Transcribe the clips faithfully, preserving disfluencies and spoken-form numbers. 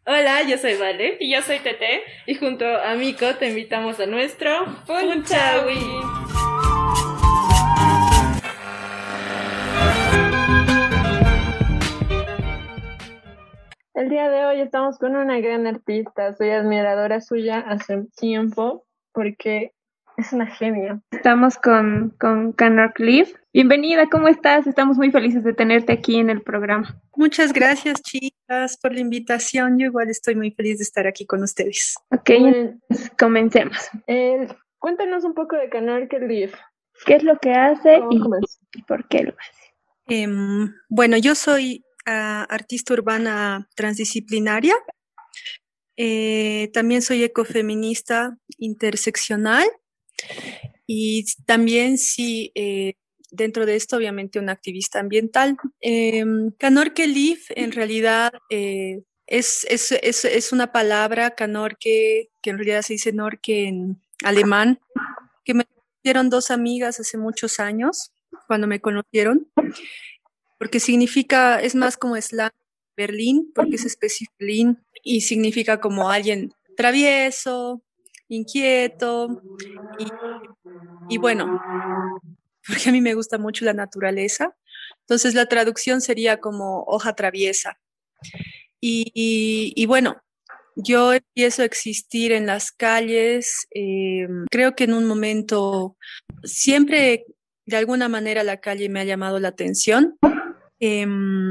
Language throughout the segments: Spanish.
Hola, yo soy Vale Y yo soy Tete. y junto a Miko te invitamos a nuestro Punchawi. Punchawi. El día de hoy estamos con una gran artista, soy admiradora suya hace tiempo porque es una genia. Estamos con, con Canor Cliff. Bienvenida, ¿cómo estás? Estamos muy felices de tenerte aquí en el programa. Muchas gracias, chicas, por la invitación. Yo igual estoy muy feliz de estar aquí con ustedes. Ok, Bueno, entonces comencemos. eh, cuéntanos un poco de Canal Cliff. ¿Qué es lo que hace ¿Cómo y, comenzó? y por qué lo hace? Em, bueno, yo soy ah, artista urbana transdisciplinaria. Eh, también soy ecofeminista interseccional y también sí, eh, dentro de esto, obviamente, una activista ambiental. Em, Canorque Leaf, en realidad, eh, es, es, es, es una palabra, Canorque, que en realidad se dice Norque en alemán, que me dieron dos amigas hace muchos años, cuando me conocieron, porque significa, es más como slang Berlín, porque es específico Berlín, y significa como alguien travieso, inquieto, y, y bueno, porque a mí me gusta mucho la naturaleza. Entonces la traducción sería como hoja traviesa. Y, y, y bueno, yo empiezo a existir en las calles, eh, creo que en un momento, siempre de alguna manera la calle me ha llamado la atención. eh,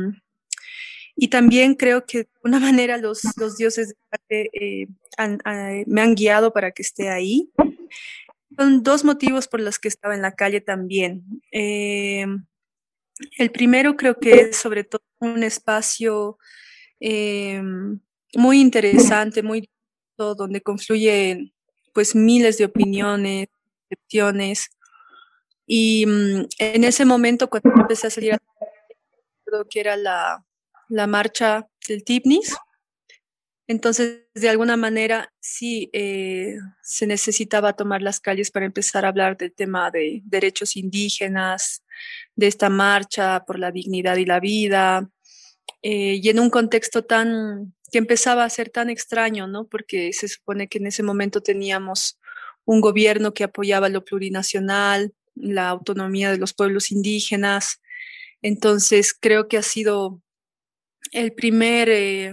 y también creo que de alguna manera los, los dioses de la calle, eh, han- ah, me han guiado para que esté ahí. Son dos motivos por los que estaba en la calle también. Eh, el primero creo que es sobre todo un espacio eh, muy interesante, muy donde confluyen pues miles de opiniones, percepciones. Y mm, en ese momento cuando empecé a salir, a- creo que era la, la marcha del Tibnis. Entonces, de alguna manera, sí eh, se necesitaba tomar las calles para empezar a hablar del tema de derechos indígenas, de esta marcha por la dignidad y la vida, eh, y en un contexto tan, que empezaba a ser tan extraño, ¿no? Porque se supone que en ese momento teníamos un gobierno que apoyaba lo plurinacional, la autonomía de los pueblos indígenas. Entonces, creo que ha sido el primer, eh,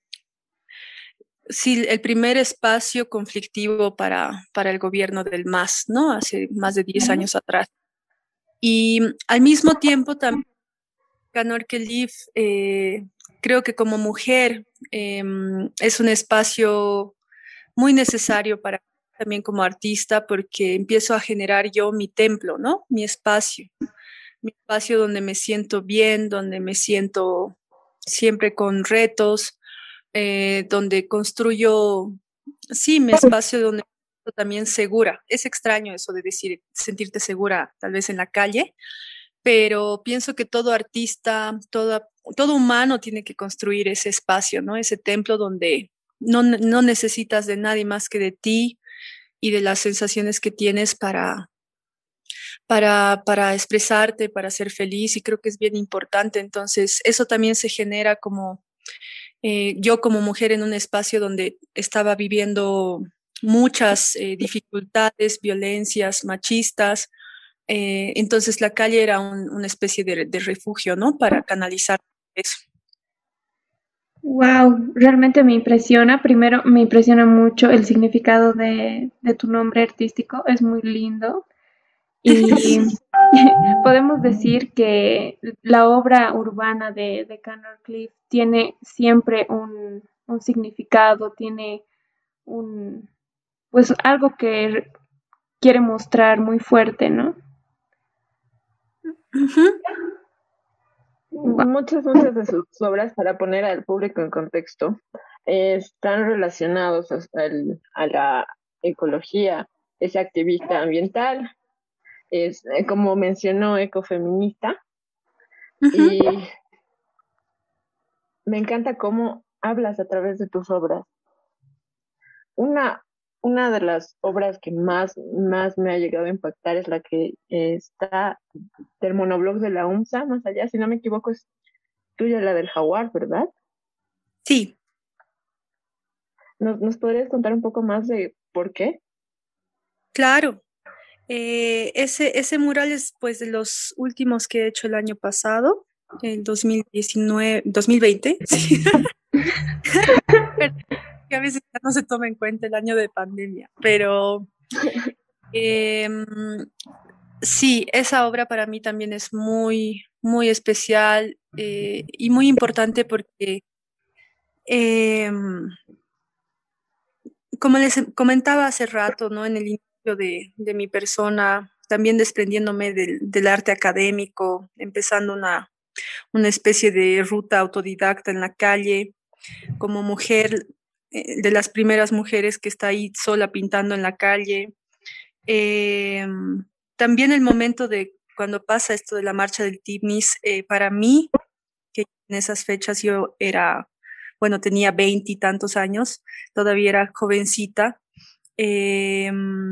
sí, el primer espacio conflictivo para, para el gobierno del M A S, ¿no? Hace más de diez años atrás. Y al mismo tiempo también Canorque Leaf, eh, creo que como mujer eh, es un espacio muy necesario para mí también como artista porque empiezo a generar yo mi templo, ¿no? Mi espacio, mi espacio donde me siento bien, donde me siento siempre con retos, eh, donde construyo, sí, mi espacio donde me siento también segura. Es extraño eso de decir sentirte segura tal vez en la calle, pero pienso que todo artista, toda, todo humano tiene que construir ese espacio, ¿no? Ese templo donde no, no necesitas de nadie más que de ti y de las sensaciones que tienes para, para, para expresarte, para ser feliz, y creo que es bien importante. Entonces, eso también se genera como eh, yo como mujer en un espacio donde estaba viviendo muchas eh, dificultades, violencias machistas. Eh, entonces la calle era un- una especie de, de refugio, ¿no? Para canalizar eso. Wow, realmente me impresiona. Primero, me impresiona mucho el significado de, de tu nombre artístico. Es muy lindo. Y Sí. podemos decir que la obra urbana de, de Canor Cliff tiene siempre un, un significado, tiene un, pues algo que quiere mostrar muy fuerte, ¿no? Ujú. Guau. Muchas, muchas de sus obras, para poner al público en contexto, eh, están relacionados a, al- a la ecología. Es activista ambiental, es, eh, como mencionó, ecofeminista, Ujú. y me encanta cómo hablas a través de tus obras. Una, una de las obras que más, más me ha llegado a impactar es la que eh, está del monoblog de la U M S A, más allá, si no me equivoco, es tuya la del jaguar, ¿verdad? Sí, ¿Nos, nos podrías contar un poco más de por qué? Claro, eh, ese, ese mural es pues de los últimos que he hecho el año pasado, el dos mil diecinueve, dos mil veinte, sí, pero que a veces ya no se toma en cuenta el año de pandemia, pero em, sí, esa obra para mí también es muy, muy especial eh, y muy importante porque, em, como les comentaba hace rato, ¿no? En el inicio de, de mi persona, también desprendiéndome del, del arte académico, empezando una, una especie de ruta autodidacta en la calle, como mujer, eh, de las primeras mujeres que está ahí sola pintando en la calle. Eh, También el momento de cuando pasa esto de la marcha del Tignis, eh, para mí, que en esas fechas yo era, bueno, tenía veintitantos años, todavía era jovencita, eh,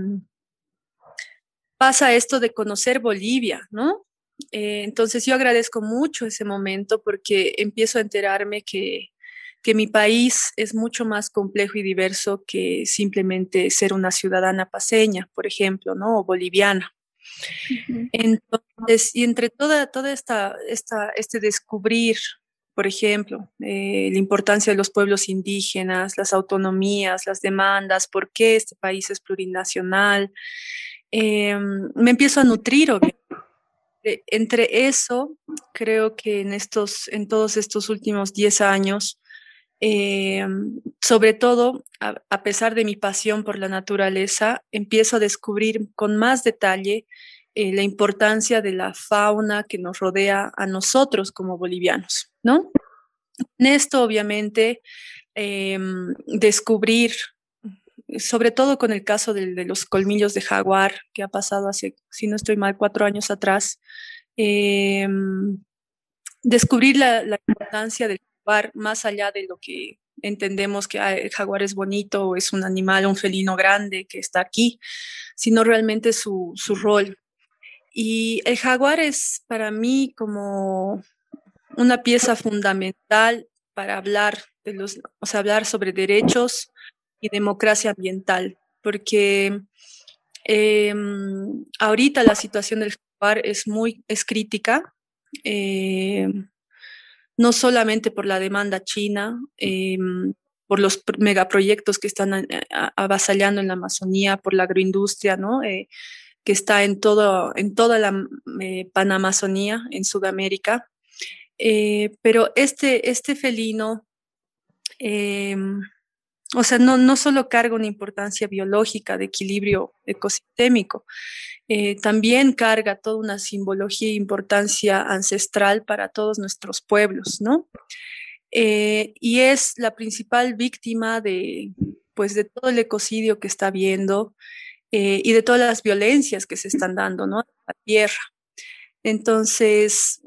pasa esto de conocer Bolivia, ¿no? Eh, entonces yo agradezco mucho ese momento porque empiezo a enterarme que, que mi país es mucho más complejo y diverso que simplemente ser una ciudadana paseña, por ejemplo, ¿no? O boliviana. Ujú. Entonces, y entre toda, toda esta, esta, este descubrir, por ejemplo, eh, la importancia de los pueblos indígenas, las autonomías, las demandas, por qué este país es plurinacional, eh, me empiezo a nutrir, obviamente. Entre eso, creo que en estos, en todos estos últimos diez años, eh, sobre todo, a, a pesar de mi pasión por la naturaleza, empiezo a descubrir con más detalle eh, la importancia de la fauna que nos rodea a nosotros como bolivianos, ¿no? En esto, obviamente, eh, descubrir, sobre todo con el caso de, de los colmillos de jaguar, que ha pasado hace, si no estoy mal, cuatro años atrás, eh, descubrir la, la importancia del jaguar más allá de lo que entendemos que ah, el jaguar es bonito o es un animal, un felino grande que está aquí, sino realmente su, su rol. Y el jaguar es para mí como una pieza fundamental para hablar de los, o sea, hablar sobre derechos y democracia ambiental, porque eh, ahorita la situación del jaguar es muy, es crítica. Eh, no solamente por la demanda china, eh, por los megaproyectos que están a, a, avasallando en la Amazonía, por la agroindustria, ¿no? Eh, que está en, todo, en toda la eh, Panamazonía, en Sudamérica. Eh, pero este, este felino, eh, o sea, no, no solo carga una importancia biológica de equilibrio ecosistémico, eh, también carga toda una simbología e importancia ancestral para todos nuestros pueblos, ¿no? Eh, y es la principal víctima de, pues, de todo el ecocidio que está habiendo eh, y de todas las violencias que se están dando, ¿no? A la tierra. Entonces,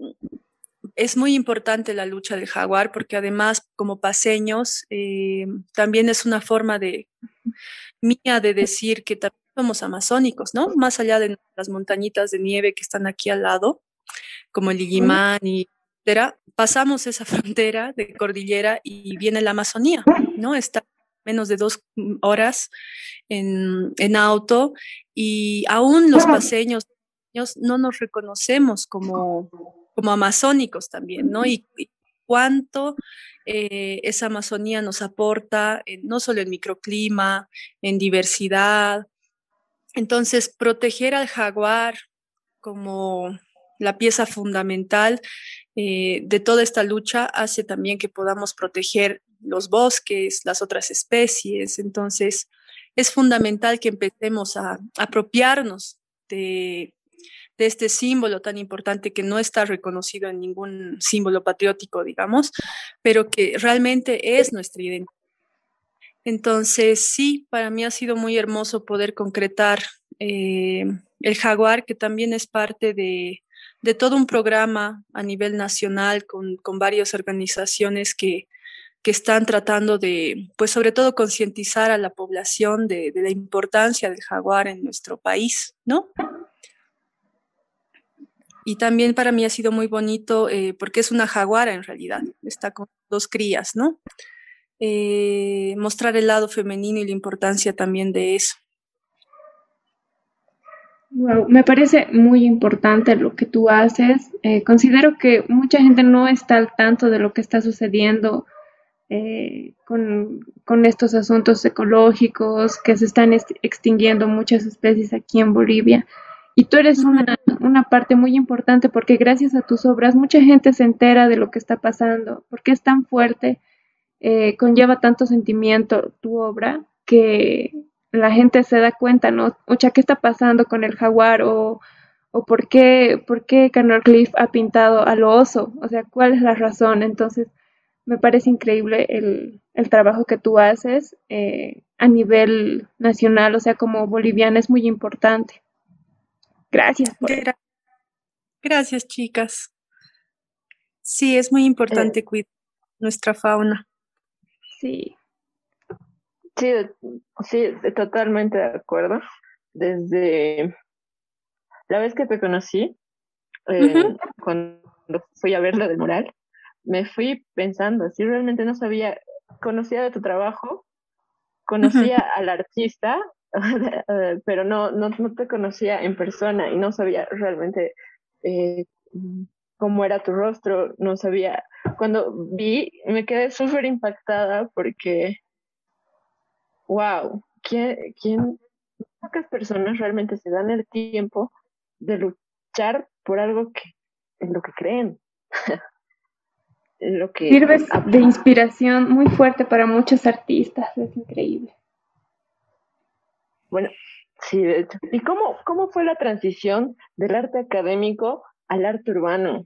es muy importante la lucha del jaguar porque además, como paseños, eh, también es una forma de mía de decir que también somos amazónicos, ¿no? Más allá de las montañitas de nieve que están aquí al lado, como el Illimán y etcétera, pasamos esa frontera de cordillera y viene la Amazonía, ¿no? Está menos de dos horas en, en auto y aún los paseños no nos reconocemos como, como amazónicos también, ¿no? Y, y cuánto eh, esa Amazonía nos aporta, eh, no solo en microclima, en diversidad. Entonces, proteger al jaguar como la pieza fundamental eh, de toda esta lucha hace también que podamos proteger los bosques, las otras especies. Entonces, es fundamental que empecemos a apropiarnos de, de este símbolo tan importante que no está reconocido en ningún símbolo patriótico, digamos, pero que realmente es nuestra identidad. Entonces, sí, para mí ha sido muy hermoso poder concretar eh, el Jaguar, que también es parte de, de todo un programa a nivel nacional con, con varias organizaciones que, que están tratando de, pues sobre todo, concientizar a la población de, de la importancia del jaguar en nuestro país, ¿no? Y también para mí ha sido muy bonito eh, porque es una jaguara en realidad, está con dos crías, ¿no? eh, mostrar el lado femenino y la importancia también de eso. Wow, me parece muy importante lo que tú haces. Eh, considero que mucha gente no está al tanto de lo que está sucediendo eh, con, con estos asuntos ecológicos, que se están est- extinguiendo muchas especies aquí en Bolivia. Y tú eres Ujú. una, una parte muy importante porque gracias a tus obras mucha gente se entera de lo que está pasando, porque es tan fuerte, eh, conlleva tanto sentimiento tu obra que la gente se da cuenta, ¿no? Ocha, ¿qué está pasando con el jaguar? O, o ¿por qué, por qué Carnor Cliff ha pintado al oso? O sea, ¿cuál es la razón? Entonces, me parece increíble el, el trabajo que tú haces eh, a nivel nacional, o sea, como boliviana es muy importante. Gracias por eso. Gra- Gracias, chicas. Sí, es muy Eh, importante cuidar nuestra fauna. Sí. sí, sí, totalmente de acuerdo. Desde la vez que te conocí, Ujú, en- cuando fui a ver lo del mural, me fui pensando, si realmente no sabía, conocía de tu trabajo, ujú. conocía al artista, eh, pero no, no, no te conocía en persona y no sabía realmente eh, cómo era tu rostro, no sabía. Cuando vi, me quedé súper impactada porque, wow, ¿quién, quién, pocas personas realmente se dan el tiempo de luchar por algo que, en lo que creen, en lo que, Sirves ah, de inspiración muy fuerte para muchos artistas, es increíble. bueno, sí, de hecho. ¿Y cómo, cómo fue la transición del arte académico al arte urbano?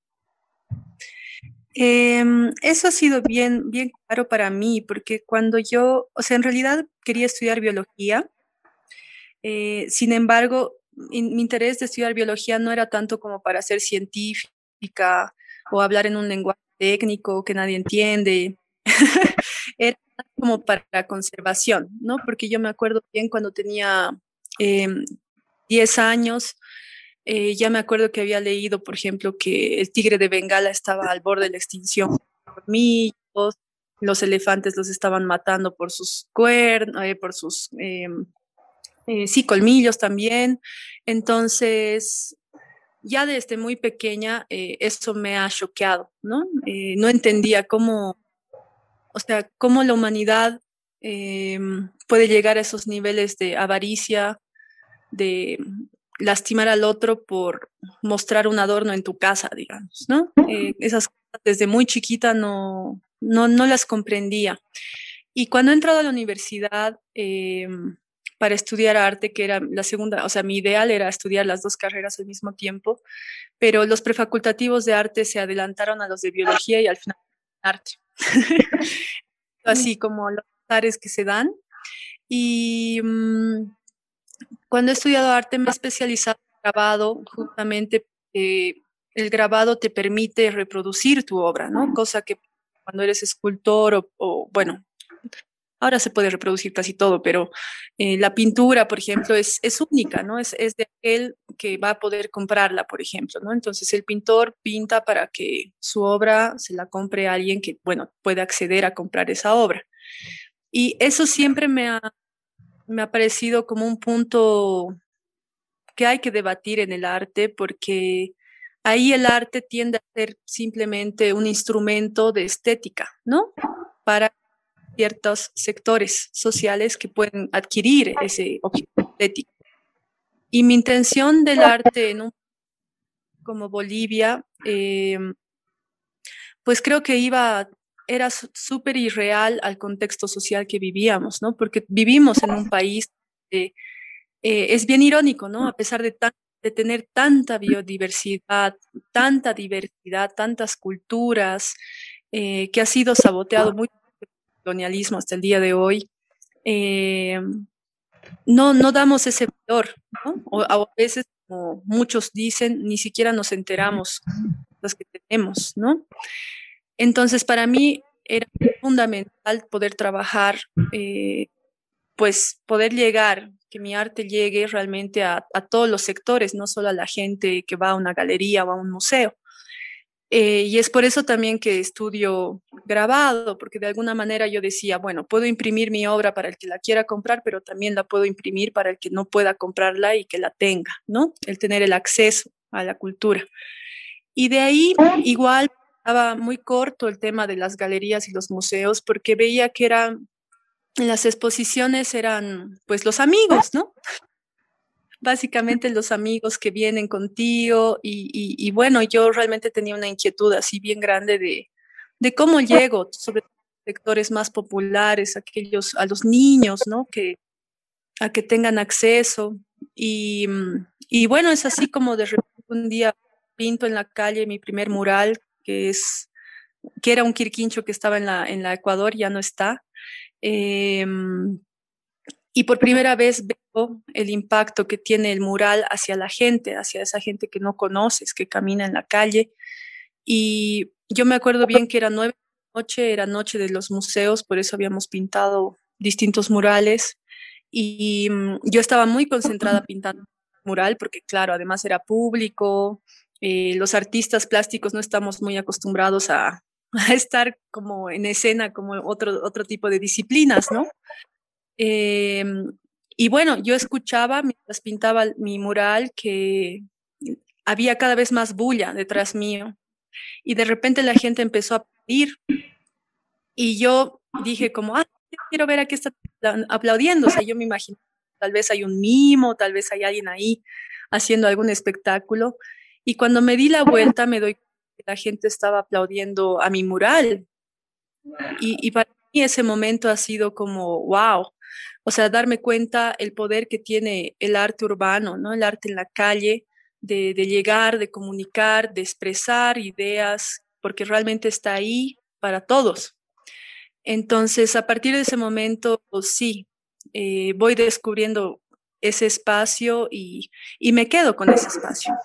Em, eso ha sido bien, bien claro para mí, porque cuando yo, o sea, en realidad quería estudiar biología. Eh, sin embargo, in- mi interés de estudiar biología no era tanto como para ser científica o hablar en un lenguaje técnico que nadie entiende. Era como para la conservación, ¿no? Porque yo me acuerdo bien cuando tenía em, diez años, eh, ya me acuerdo que había leído, por ejemplo, que el tigre de Bengala estaba al borde de la extinción por colmillos, los elefantes los estaban matando por sus cuernos, por sus em, eh, sí, colmillos también. Entonces, ya desde muy pequeña, eh, eso me ha choqueado, ¿no? Eh, no entendía cómo, o sea, cómo la humanidad eh, puede llegar a esos niveles de avaricia, de lastimar al otro por mostrar un adorno en tu casa, digamos, ¿no? Eh, esas cosas desde muy chiquita no, no, no las comprendía. Y cuando he entrado a la universidad eh, para estudiar arte, que era la segunda, o sea, mi ideal era estudiar las dos carreras al mismo tiempo, pero los prefacultativos de arte se adelantaron a los de biología y al final arte. Así como los áreas que se dan. Y mm, cuando he estudiado arte me he especializado en grabado, justamente eh, el grabado te permite reproducir tu obra, ¿no? Cosa que cuando eres escultor o, o bueno, ahora se puede reproducir casi todo, pero eh, la pintura, por ejemplo, es, es única, ¿no? Es, es de aquel que va a poder comprarla, por ejemplo, ¿no? Entonces el pintor pinta para que su obra se la compre a alguien que, bueno, pueda acceder a comprar esa obra. Y eso siempre me ha, me ha parecido como un punto que hay que debatir en el arte, porque ahí el arte tiende a ser simplemente un instrumento de estética, ¿no? Para ciertos sectores sociales que pueden adquirir ese objeto estético. Y mi intención del arte en un como Bolivia, eh, pues creo que iba, era su- súper irreal al contexto social que vivíamos, ¿no? Porque vivimos en un país, eh, eh, es bien irónico, ¿no? A pesar de, tan- de tener tanta biodiversidad, tanta diversidad, tantas culturas, eh, que ha sido saboteado mucho por el colonialismo hasta el día de hoy. eh, no, no damos ese valor, ¿no? O a veces, como muchos dicen, ni siquiera nos enteramos los que tenemos, ¿no? Entonces, para mí era fundamental poder trabajar, eh, pues poder llegar, que mi arte llegue realmente a, a todos los sectores, no solo a la gente que va a una galería o a un museo. Eh, y es por eso también que estudio grabado, porque de alguna manera yo decía, bueno, puedo imprimir mi obra para el que la quiera comprar, pero también la puedo imprimir para el que no pueda comprarla y que la tenga, ¿no? El tener el acceso a la cultura. Y de ahí igual estaba muy corto el tema de las galerías y los museos, porque veía que eran, las exposiciones eran pues los amigos, ¿no? Básicamente los amigos que vienen contigo y, y, y bueno, yo realmente tenía una inquietud así bien grande de, de cómo llego, sobre todo a sectores más populares, aquellos, a los niños, ¿no? Que, a que tengan acceso. Y, mm, y bueno, es así como de repente un día pinto en la calle mi primer mural, que es, que era un quirquincho que estaba en la, en la Ecuador, ya no está. Em, y por primera vez veo el impacto que tiene el mural hacia la gente, hacia esa gente que no conoces, que camina en la calle. Y yo me acuerdo bien que era nueve de la noche, era noche de los museos, por eso habíamos pintado distintos murales. Y mm, yo estaba muy concentrada pintando el mural, porque claro, además era público, eh, los artistas plásticos no estamos muy acostumbrados a, a estar como en escena, como otro, otro tipo de disciplinas, ¿no? Eh, y bueno, yo escuchaba mientras pintaba mi mural que había cada vez más bulla detrás mío y de repente la gente empezó a aplaudir y yo dije como, ah, quiero ver a qué está aplaudiendo. O sea, yo me imagino, tal vez hay un mimo, tal vez hay alguien ahí haciendo algún espectáculo. Y cuando me di la vuelta me doy cuenta que la gente estaba aplaudiendo a mi mural. Y, y para mí ese momento ha sido como, wow, o sea, darme cuenta el poder que tiene el arte urbano, ¿no? El arte en la calle, de, de llegar, de comunicar, de expresar ideas, porque realmente está ahí para todos. Entonces, a partir de ese momento, pues, sí, eh, voy descubriendo ese espacio y, y me quedo con ese espacio.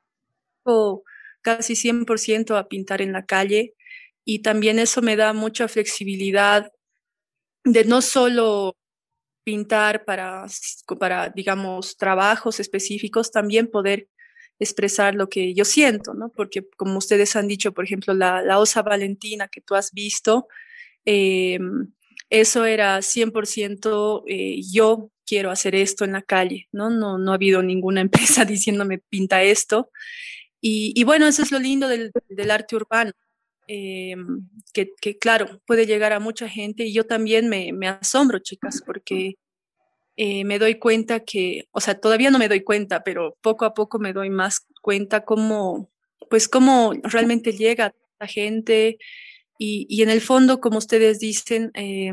O casi cien por ciento a pintar en la calle y también eso me da mucha flexibilidad de no solo pintar para, para, digamos, trabajos específicos, también poder expresar lo que yo siento, ¿no? Porque como ustedes han dicho, por ejemplo, la, la Osa Valentina que tú has visto, eh, eso era cien por ciento eh, yo quiero hacer esto en la calle, ¿no? No, no ha habido ninguna empresa diciéndome pinta esto. Y, y bueno, eso es lo lindo del, del arte urbano, eh, que, que, claro, puede llegar a mucha gente y yo también me, me asombro, chicas, porque eh, me doy cuenta que, o sea, todavía no me doy cuenta, pero poco a poco me doy más cuenta cómo, pues cómo realmente llega a la gente y, y en el fondo, como ustedes dicen, eh,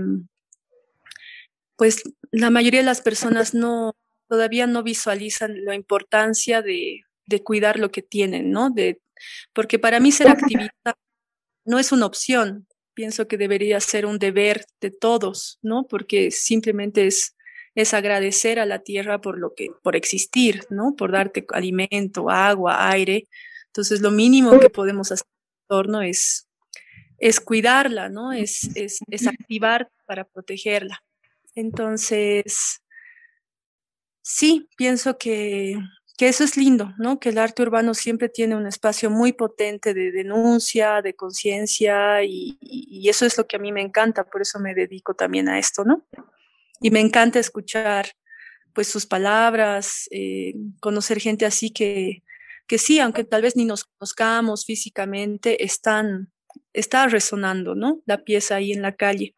pues la mayoría de las personas no, todavía no visualizan la importancia de, de cuidar lo que tienen, ¿no? De, porque para mí ser activista no es una opción, pienso que debería ser un deber de todos, ¿no? Porque simplemente es, es agradecer a la tierra por lo que, por existir, ¿no? Por darte alimento, agua, aire. Entonces, lo mínimo que podemos hacer en el entorno es, es cuidarla, ¿no? Es, es, es activar para protegerla. Entonces, sí, pienso que, que eso es lindo, ¿no? Que el arte urbano siempre tiene un espacio muy potente de denuncia, de conciencia, y, y eso es lo que a mí me encanta, por eso me dedico también a esto, ¿no? Y me encanta escuchar, pues, sus palabras, eh, conocer gente así que, que sí, aunque tal vez ni nos conozcamos físicamente, están, está resonando, ¿no? La pieza ahí en la calle.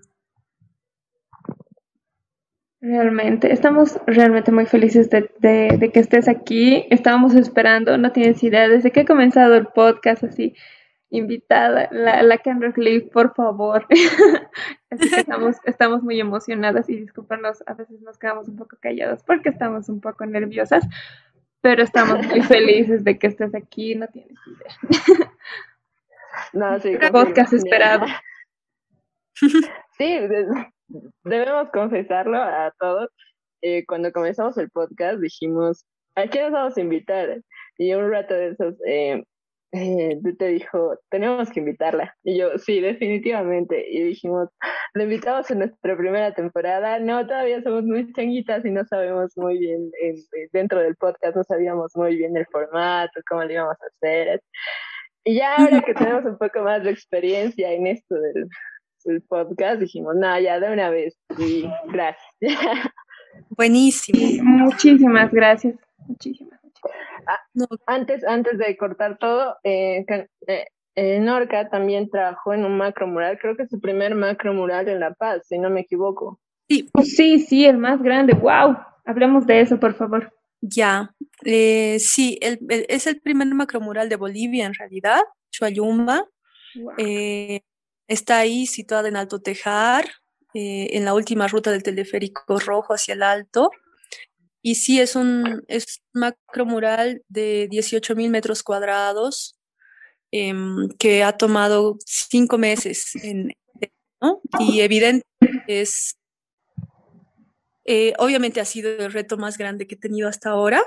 Realmente, estamos realmente muy felices de, de, de que estés aquí. Estábamos esperando, no tienes idea, desde que ha comenzado el podcast, así, invitada, la, la Kendra Cliff, por favor. Así que estamos, estamos muy emocionadas y discúlpanos, a veces nos quedamos un poco calladas porque estamos un poco nerviosas, pero estamos muy felices de que estés aquí, no tienes idea. No, sí, Podcast esperado. Sí, de- debemos confesarlo a todos. Eh, cuando comenzamos el podcast dijimos, ¿a quién nos vamos a invitar? Y un rato de esos, eh, eh, tú te dijo, tenemos que invitarla. Y yo, sí, definitivamente. Y dijimos, lo invitamos en nuestra primera temporada. No, todavía somos muy changuitas y no sabemos muy bien, eh, dentro del podcast no sabíamos muy bien el formato, cómo lo íbamos a hacer. Y ya ahora que tenemos un poco más de experiencia en esto del, del podcast, dijimos, no, ya de una vez. Y gracias. Buenísimo. Y muchísimas gracias. Muchísimas, muchísimas. Ah, No, antes, antes de cortar todo, eh, can- eh, eh, Norca también trabajó en un macro mural, creo que es su primer macro mural en La Paz, si no me equivoco. sí, Sí, sí, el más grande. Wow. Hablemos de eso, por favor. ya. Eh, sí, el- el- es el primer macromural de Bolivia en realidad, Chuayumba. Wow. Eh, Está ahí situada en Alto Tejar, eh, en la última ruta del teleférico rojo hacia el Alto. Y sí, es un, es un macromural de dieciocho mil metros cuadrados, em, que ha tomado cinco meses, en, ¿no? Y evidente es, eh, obviamente ha sido el reto más grande que he tenido hasta ahora,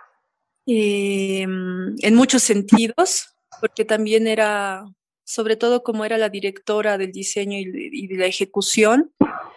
em, en muchos sentidos, porque también era, sobre todo como era la directora del diseño y, de y de la ejecución,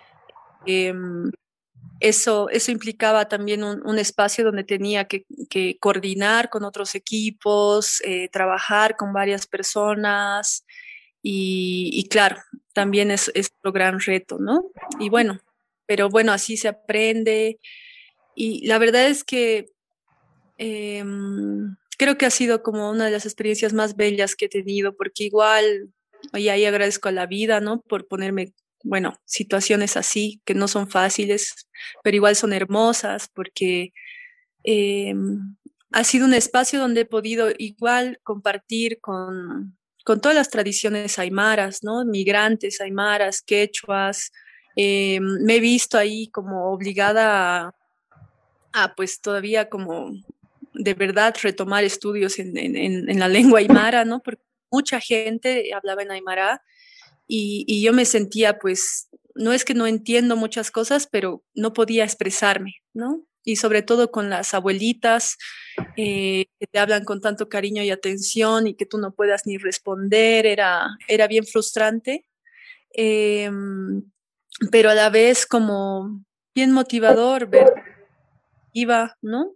em, eso, eso implicaba también un, un espacio donde tenía que, que coordinar con otros equipos, eh, trabajar con varias personas y, y claro, también es, es otro gran reto, ¿no? Y bueno, pero bueno, así se aprende y la verdad es que eh, creo que ha sido como una de las experiencias más bellas que he tenido, porque igual, y ahí agradezco a la vida, ¿no? Por ponerme, bueno, situaciones así, que no son fáciles, pero igual son hermosas, porque eh, ha sido un espacio donde he podido igual compartir con, con todas las tradiciones aymaras, ¿no? Migrantes, aymaras, quechuas. Eh, me he visto ahí como obligada a, a, pues todavía como de verdad retomar estudios en, en, en la lengua aymara, ¿no? Porque mucha gente hablaba en aymara y, y yo me sentía, pues, no es que no entiendo muchas cosas, pero no podía expresarme, ¿no? Y sobre todo con las abuelitas, eh, que te hablan con tanto cariño y atención y que tú no puedas ni responder, era, era bien frustrante, eh, pero a la vez como bien motivador ver iba, ¿no?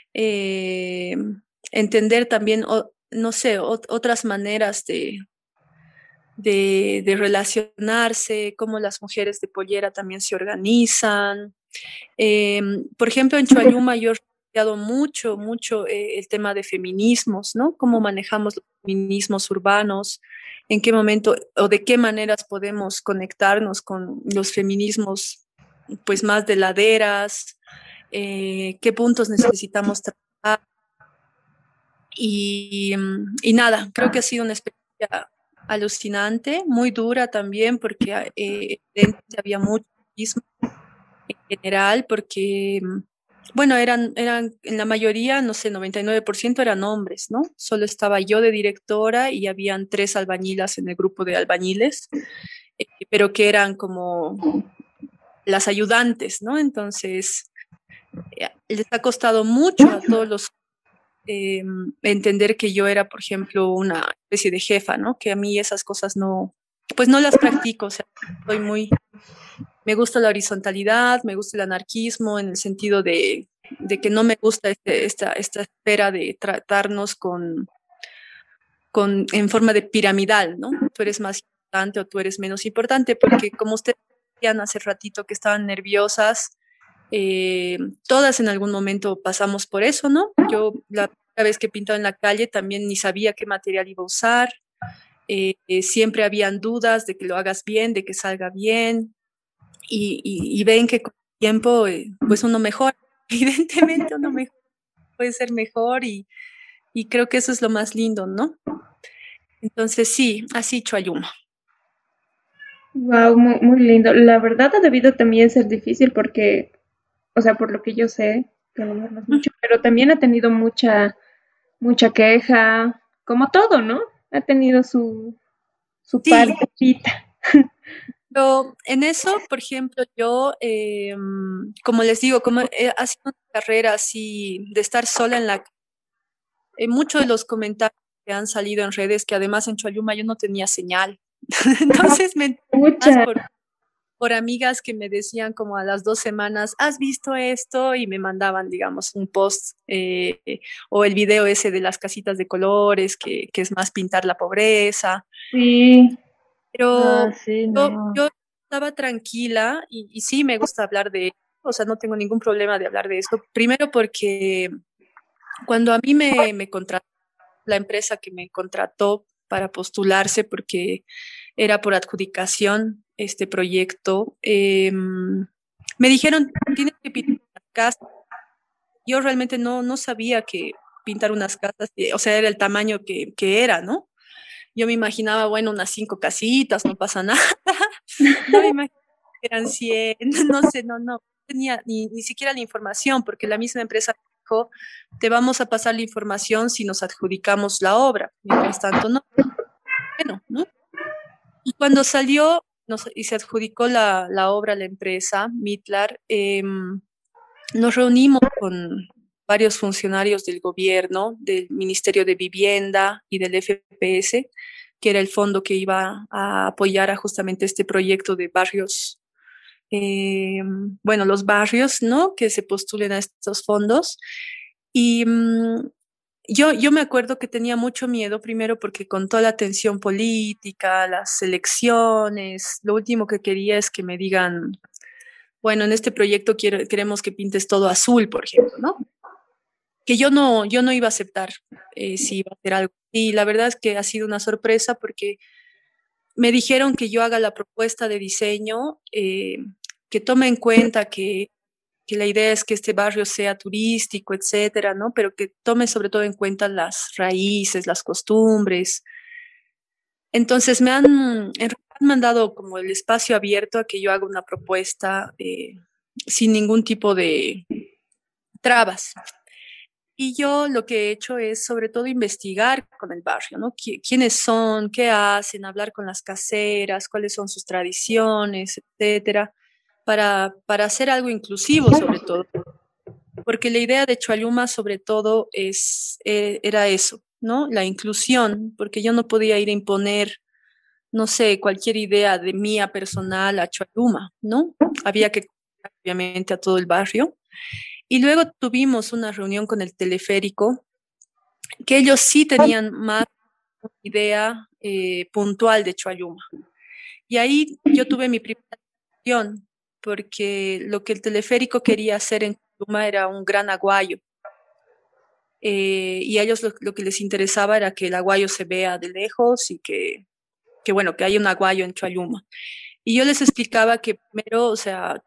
Eh, Entender también, o, no sé, ot- otras maneras de, de, de relacionarse, cómo las mujeres de pollera también se organizan. Eh, por ejemplo, en Chuayuma yo he estudiado mucho, mucho eh, el tema de feminismos, ¿no? Cómo manejamos los feminismos urbanos, en qué momento o de qué maneras podemos conectarnos con los feminismos, pues más de laderas, eh, qué puntos necesitamos trabajar. Y, mm, y nada, creo que ha sido una experiencia alucinante, muy dura también, porque ah, eh, evidentemente había mucho machismo en general, porque, mm, bueno, eran, eran en la mayoría, no sé, noventa y nueve por ciento eran hombres, ¿no? Solo estaba yo de directora y habían tres albañilas en el grupo de albañiles, eh, pero que eran como las ayudantes, ¿no? Entonces, eh, les ha costado mucho a todos los eh, entender que yo era, por ejemplo, una especie de jefa, ¿no? Que a mí esas cosas no, pues no las practico, o sea, soy muy, me gusta la horizontalidad, me gusta el anarquismo en el sentido de, de que no me gusta este, esta, esta espera de tratarnos con, con, en forma de piramidal, ¿no? Tú eres más importante o tú eres menos importante, porque como ustedes decían hace ratito que estaban nerviosas, eh, todas en algún momento pasamos por eso, ¿no? Yo la primera vez que pintaba en la calle también ni sabía qué material iba a usar, eh, eh, siempre habían dudas de que lo hagas bien, de que salga bien, y, y, y ven que con el tiempo, eh, pues uno mejora, evidentemente uno mejor, puede ser mejor y, y creo que eso es lo más lindo, ¿no? Entonces sí, así Chuayuma. Wow, muy, muy lindo. La verdad ha debido también ser difícil porque, o sea, por lo que yo sé, que a lo mejor no es mucho, pero también ha tenido mucha, mucha queja, como todo, ¿no? Ha tenido su, su Sí, partecita. pero en eso, por ejemplo, yo, eh, como les digo, como he, ha sido una carrera así de estar sola en la eh, muchos de los comentarios que han salido en redes, que además en Choluma yo no tenía señal. Entonces me enteré más Mucha. por, por amigas que me decían como a las dos semanas, ¿has visto esto? Y me mandaban, digamos, un post eh, o el video ese de las casitas de colores, que, que es más pintar la pobreza. Sí. Ah, Pero sí, yo, no. yo estaba tranquila y, y sí me gusta hablar de eso, o sea, no tengo ningún problema de hablar de esto. Primero porque cuando a mí me, me contrató la empresa que me contrató para postularse, porque era por adjudicación este proyecto, eh, me dijeron, tienes que pintar una casa. Yo realmente no, no sabía que pintar unas casas, eh, o sea, era el tamaño que, que era, ¿no? Yo me imaginaba, bueno, unas cinco casitas, no pasa nada. No me imaginaba que eran cien, no sé, no, no tenía ni, ni siquiera la información, porque la misma empresa dijo, te vamos a pasar la información si nos adjudicamos la obra. Mientras tanto, no, bueno, ¿no? Y cuando salió nos, y se adjudicó la, la obra a la empresa, Mitlar, eh, nos reunimos con varios funcionarios del gobierno, del Ministerio de Vivienda y del F P S, que era el fondo que iba a apoyar a justamente este proyecto de barrios, eh, bueno, los barrios, ¿no? Que se postulen a estos fondos. Y mm, yo, yo me acuerdo que tenía mucho miedo, primero porque con toda la tensión política, las elecciones, lo último que quería es que me digan, bueno, en este proyecto quiero, queremos que pintes todo azul, por ejemplo, ¿no? Que yo no, yo no iba a aceptar eh, si iba a hacer algo. Y la verdad es que ha sido una sorpresa porque me dijeron que yo haga la propuesta de diseño, eh, que tome en cuenta que, que la idea es que este barrio sea turístico, etcétera, ¿no? Pero que tome sobre todo en cuenta las raíces, las costumbres. Entonces me han, en realidad me han dado como el espacio abierto a que yo haga una propuesta eh, sin ningún tipo de trabas. Y yo lo que he hecho es sobre todo investigar con el barrio, ¿no? Qui- ¿Quiénes son? ¿Qué hacen? Hablar con las caseras, cuáles son sus tradiciones, etcétera, para, para hacer algo inclusivo sobre todo. Porque la idea de Chuayuma sobre todo es, eh, era eso, ¿no? La inclusión, porque yo no podía ir a imponer, no sé, cualquier idea de mía personal a Chuayuma, ¿no? Había que, obviamente, a todo el barrio. Y luego tuvimos una reunión con el teleférico, que ellos sí tenían más idea eh, puntual de Chuayuma. Y ahí yo tuve mi primera discusión, porque lo que el teleférico quería hacer en Chuayuma era un gran aguayo. Eh, y a ellos lo, lo, que les interesaba era que el aguayo se vea de lejos y que, que bueno, que haya un aguayo en Chuayuma. Y yo les explicaba que primero, o sea,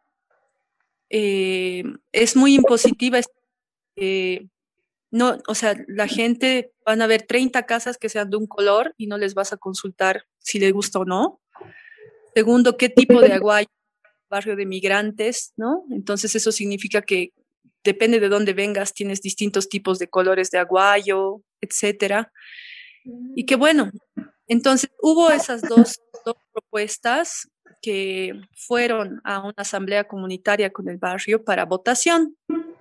eh, es muy impositiva. Eh, No, o sea, la gente van a ver treinta casas que sean de un color y no les vas a consultar si les gusta o no. Segundo, qué tipo de aguayo, barrio de migrantes, ¿no? Entonces eso significa que depende de dónde vengas, tienes distintos tipos de colores de aguayo, etcétera. Y qué bueno. Entonces hubo esas dos, dos propuestas que fueron a una asamblea comunitaria con el barrio para votación.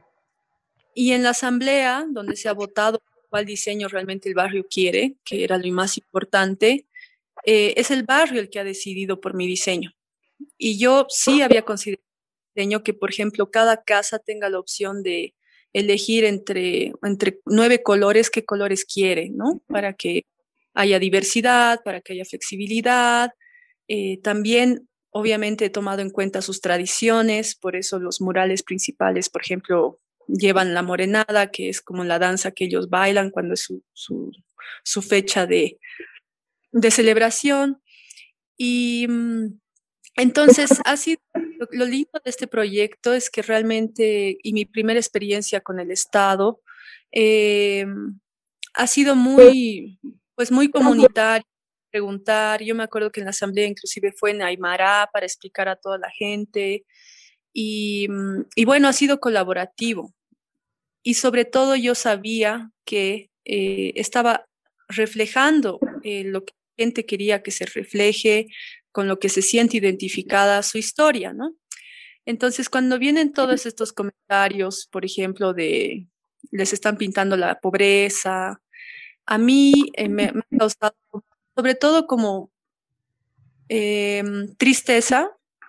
Y en la asamblea, donde se ha votado cuál diseño realmente el barrio quiere, que era lo más importante, eh, es el barrio el que ha decidido por mi diseño. Y yo sí había considerado el diseño que, por ejemplo, cada casa tenga la opción de elegir entre, entre nueve colores qué colores quiere, ¿no? Para que haya diversidad, para que haya flexibilidad. Eh, también, obviamente, he tomado en cuenta sus tradiciones, por eso los murales principales, por ejemplo, llevan la morenada, que es como la danza que ellos bailan cuando es su, su, su fecha de, de celebración. Y mm, entonces, ha sido, lo, lo lindo de este proyecto es que realmente, y mi primera experiencia con el Estado, eh, ha sido muy, pues muy comunitario, preguntar. Yo me acuerdo que en la asamblea inclusive fue en Aymara para explicar a toda la gente. Y, mm, y bueno, ha sido colaborativo. Y sobre todo yo sabía que eh, estaba reflejando eh, lo que la gente quería que se refleje, con lo que se siente identificada su historia, ¿no? Entonces, cuando vienen todos estos comentarios, por ejemplo, de les están pintando la pobreza, a mí eh, me, me, ha causado sobre todo como eh, tristeza,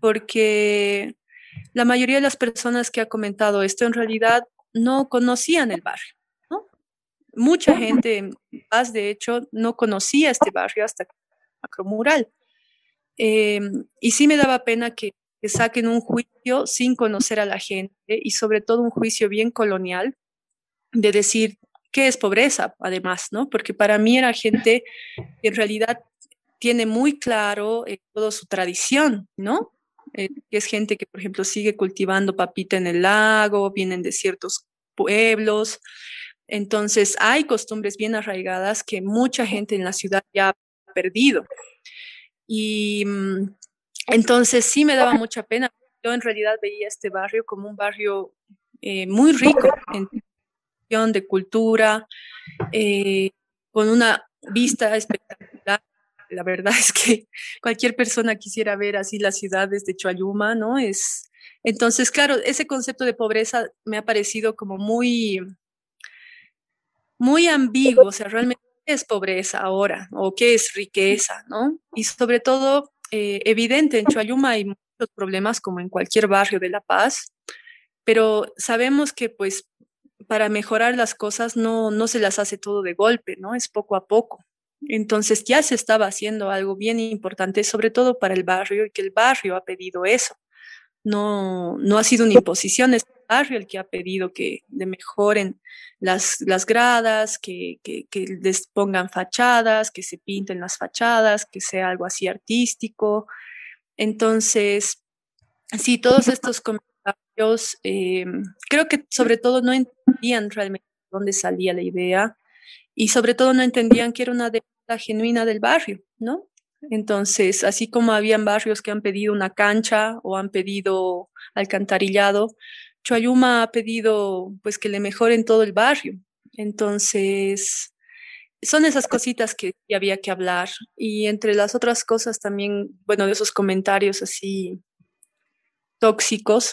porque la mayoría de las personas que ha comentado esto en realidad no conocían el barrio, ¿no? Mucha gente en Paz, de hecho, no conocía este barrio hasta que Macromural. Eh, y sí me daba pena que, que saquen un juicio sin conocer a la gente y sobre todo un juicio bien colonial de decir qué es pobreza, además, ¿no? Porque para mí era gente que en realidad tiene muy claro eh, toda su tradición, ¿no? Eh, que es gente que, por ejemplo, sigue cultivando papita en el lago, vienen de ciertos pueblos. Entonces, hay costumbres bien arraigadas que mucha gente en la ciudad ya ha perdido. Y mm, entonces sí me daba mucha pena. Yo en realidad veía este barrio como un barrio eh, muy rico en cuestión de cultura, eh, con una vista espectacular. La verdad es que cualquier persona quisiera ver así las ciudades de Choalluma, ¿no? Es, entonces, claro, ese concepto de pobreza me ha parecido como muy, muy ambiguo, o sea, realmente ¿qué es pobreza ahora? ¿O qué es riqueza, ¿no? Y sobre todo, eh, evidente, en Choalluma hay muchos problemas como en cualquier barrio de La Paz, pero sabemos que pues para mejorar las cosas no, no se las hace todo de golpe, ¿no? Es poco a poco. Entonces ya se estaba haciendo algo bien importante, sobre todo para el barrio, y que el barrio ha pedido eso. No, no ha sido una imposición, es el barrio el que ha pedido que le mejoren las, las gradas, que, que, que les pongan fachadas, que se pinten las fachadas, que sea algo así artístico. Entonces, sí, todos estos comentarios, eh, creo que sobre todo no entendían realmente dónde salía la idea y sobre todo no entendían que era una demanda genuina del barrio, ¿no? Entonces, así como habían barrios que han pedido una cancha o han pedido alcantarillado, Choalluma ha pedido pues que le mejoren todo el barrio. Entonces, son esas cositas que sí había que hablar. Y entre las otras cosas también, bueno, de esos comentarios así tóxicos.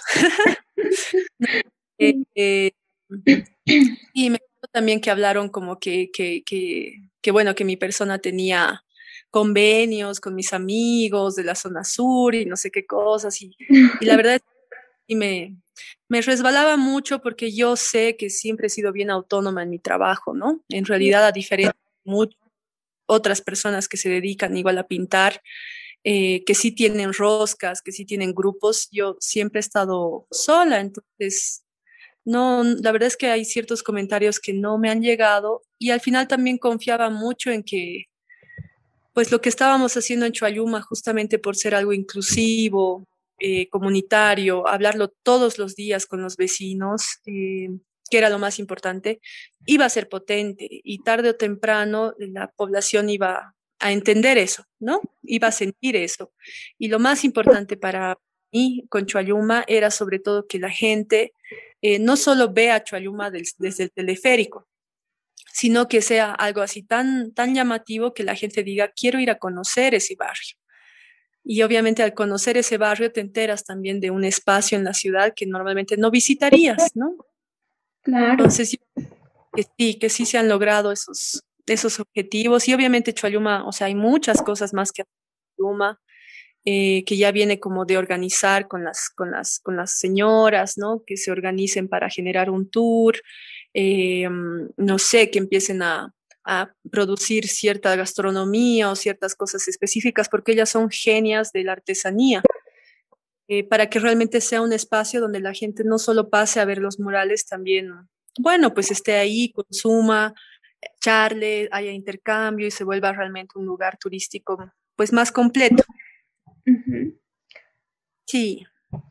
eh, Sí. eh, y me acuerdo también que hablaron como que, que, que, que, bueno, que mi persona tenía convenios con mis amigos de la zona sur y no sé qué cosas. Y, y la verdad es que me, me resbalaba mucho porque yo sé que siempre he sido bien autónoma en mi trabajo, ¿no? En realidad, a diferencia de muchas otras personas que se dedican igual a pintar, eh, que sí tienen roscas, que sí tienen grupos, yo siempre he estado sola, entonces no, la verdad es que hay ciertos comentarios que no me han llegado y al final también confiaba mucho en que, pues lo que estábamos haciendo en Choalluma, justamente por ser algo inclusivo, eh, comunitario, hablarlo todos los días con los vecinos, eh, que era lo más importante, iba a ser potente y tarde o temprano la población iba a entender eso, ¿no? Iba a sentir eso. Y lo más importante para mí con Choalluma era sobre todo que la gente eh, no solo vea Choalluma del- desde el teleférico, sino que sea algo así tan, tan llamativo que la gente diga, quiero ir a conocer ese barrio. Y obviamente al conocer ese barrio te enteras también de un espacio en la ciudad que normalmente no visitarías, ¿no? Claro. Entonces, yo creo que sí, que sí se han logrado esos, esos objetivos. Y obviamente Choalluma, o sea, hay muchas cosas más que Choalluma, eh, que ya viene como de organizar con las, con las, con las señoras, ¿no? Que se organicen para generar un tour, eh, no sé, que empiecen a, a producir cierta gastronomía o ciertas cosas específicas, porque ellas son genias de la artesanía, eh, para que realmente sea un espacio donde la gente no solo pase a ver los murales, también, bueno, pues esté ahí, consuma, charle, haya intercambio y se vuelva realmente un lugar turístico, pues más completo. Ujú. Sí.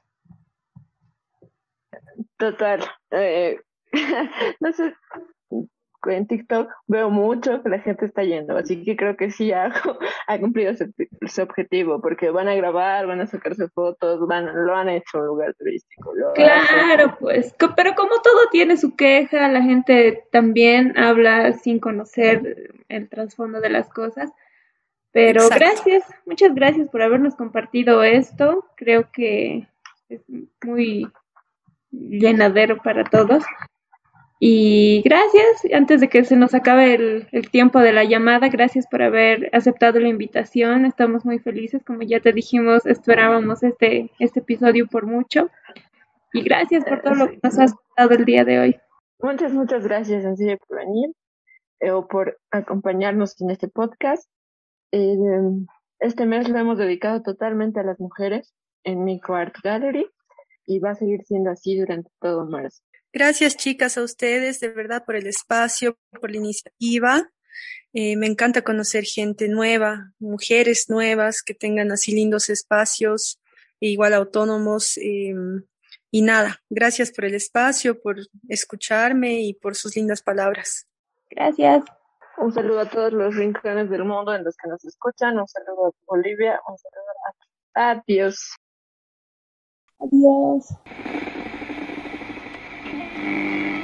Total. Eh, no sé, en TikTok veo mucho que la gente está yendo, así que creo que sí ha, ha cumplido su, su objetivo, porque van a grabar, van a sacarse fotos, van, lo han hecho un lugar turístico, lo hacen. Claro, pues, co- pero como todo tiene su queja, la gente también habla sin conocer el trasfondo de las cosas. Pero Exacto. gracias, muchas gracias por habernos compartido esto. Creo que es muy llenadero para todos. Y gracias, antes de que se nos acabe el, el tiempo de la llamada, gracias por haber aceptado la invitación. Estamos muy felices, como ya te dijimos, esperábamos este, este episodio por mucho. Y gracias por todo lo que nos has dado el día de hoy. Muchas, muchas gracias, en serio, por venir eh, o por acompañarnos en este podcast. Eh, este mes lo hemos dedicado totalmente a las mujeres en Mico Art Gallery y va a seguir siendo así durante todo marzo. Gracias, chicas, a ustedes, de verdad, por el espacio, por la iniciativa. Eh, me encanta conocer gente nueva, mujeres nuevas que tengan así lindos espacios, e igual autónomos. Eh, y nada, gracias por el espacio, por escucharme y por sus lindas palabras. Gracias. Un saludo a todos los rincones del mundo en los que nos escuchan. Un saludo a Bolivia. Un saludo a... Adiós. Adiós.